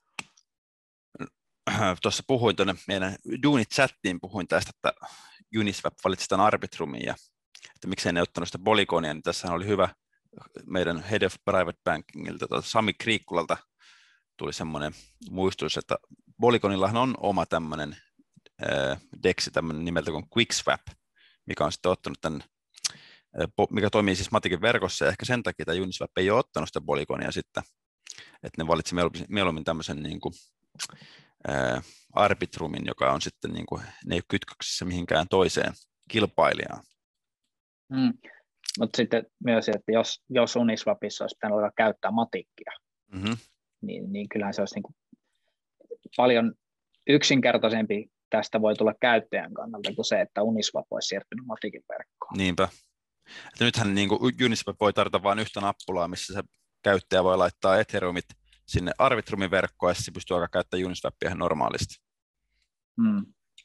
äh, tuossa puhuin tuonne meidän Duunit-chattiin, puhuin tästä, että Uniswap valitsi tämän Arbitrumin ja että miksei ne ottanut sitä Polygonia, niin tässähän oli hyvä meidän Head of Private Bankingilta, tuota Sami Kriikkulalta tuli semmoinen muistutus, että Polygonillahan on oma tämmöinen äh, deksi tämmöinen nimeltä kuin QuickSwap, mikä on sitten ottanut tämän, äh, mikä toimii siis Maticin verkossa, ja ehkä sen takia tämä Uniswap ei ole ottanut sitä Polygonia sitten, että ne valitsi mieluummin tämmöisen niin kuin, äh, Arbitrumin, joka on sitten, niin kuin, ne ei ole kytköksissä mihinkään toiseen kilpailijaan. Hmm. Mutta sitten myös, että jos, jos Uniswapissa olisi pitänyt olla käyttää Maticia, mm-hmm. niin, niin kyllähän se olisi niin kuin paljon yksinkertaisempi tästä voi tulla käyttäjän kannalta kuin se, että Uniswap olisi siirtynyt Maticin verkkoon. Niinpä. Että nythän niin kuin Uniswap voi tarjota vain yhtä nappulaa, missä se käyttäjä voi laittaa Ethereumit sinne Arbitrumin verkkoon, ja se pystyy alkaa käyttämään Uniswapia ihan normaalisti. Hmm.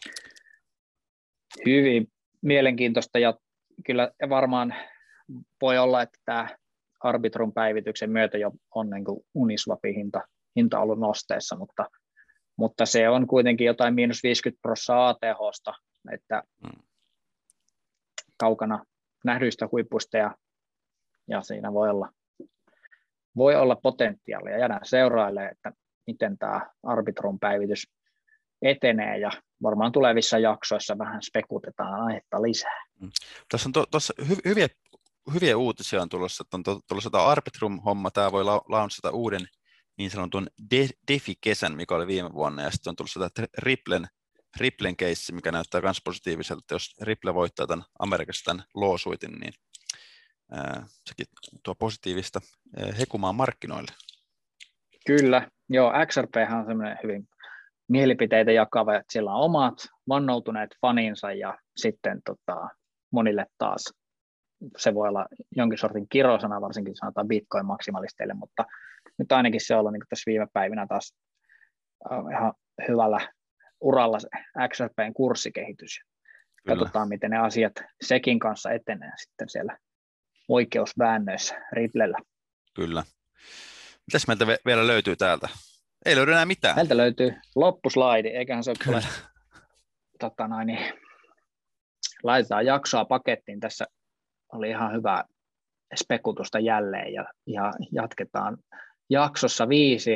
Hyvin mielenkiintoista, ja kyllä varmaan voi olla, että tämä Arbitrum päivityksen myötä jo on niin kuin Uniswapin hinta, hinta ollut nosteessa, mutta, mutta se on kuitenkin jotain miinus viisikymmentä prosenttia A T H:sta, että hmm. kaukana nähdyistä huipuista ja, ja siinä voi olla, voi olla potentiaalia. Jäädään seurailemaan, että miten tämä Arbitrum päivitys etenee ja varmaan tulevissa jaksoissa vähän spekutetaan aihetta lisää. Hmm. Tässä on tuossa to, hy, hyviä Hyviä uutisia on tulossa, että on tulossa tämä Arbitrum-homma, tämä voi la- launchata uuden niin sanotun de- DeFi-kesän, mikä oli viime vuonna, ja sitten on tulossa tämä Ripplen, Ripplen keissi, mikä näyttää myös positiiviselta, että jos Ripple voittaa tämän Amerikassa tämän lawsuitin, niin ää, sekin tuo positiivista ää, hekumaan markkinoille. Kyllä, joo, X R P on semmoinen hyvin mielipiteitä jakava, että siellä on omat vannoutuneet faninsa, ja sitten tota, monille taas se voi olla jonkin sortin kirosana, varsinkin sanotaan Bitcoin-maksimalisteille, mutta nyt ainakin se on ollut niin kuin tässä viime päivinä taas ihan hyvällä uralla se X R P:n kurssikehitys. Kyllä. Katsotaan, miten ne asiat sekin kanssa etenee sitten siellä oikeusväännöissä Ripplellä. Kyllä. Mitäs meiltä vielä löytyy täältä? Ei löydy enää mitään. Meiltä löytyy loppuslaidi, eiköhän se ole, tota noin, niin, laitetaan jaksoa pakettiin tässä. Oli ihan hyvää spekutusta jälleen ja, ja jatketaan jaksossa viisi.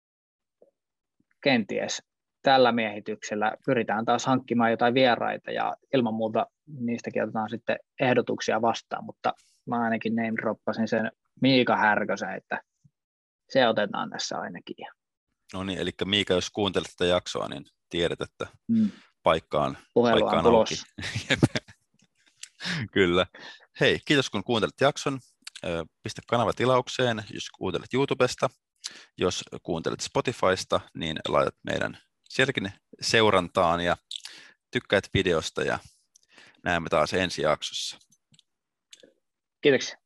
Kenties tällä miehityksellä pyritään taas hankkimaan jotain vieraita ja ilman muuta niistäkin otetaan sitten ehdotuksia vastaan, mutta mä ainakin name droppasin sen Miika Härkösen, että se otetaan tässä ainakin. No niin, eli Miika, jos kuuntelet tätä jaksoa, niin tiedät, että mm. paikka on, paikka on auki. Kyllä. Hei, kiitos kun kuuntelit jakson. Pistä kanava tilaukseen, jos kuuntelet YouTubesta. Jos kuuntelet Spotifysta, niin laitat meidän sielläkin seurantaan ja tykkäät videosta ja näemme taas ensi jaksossa. Kiitoksia.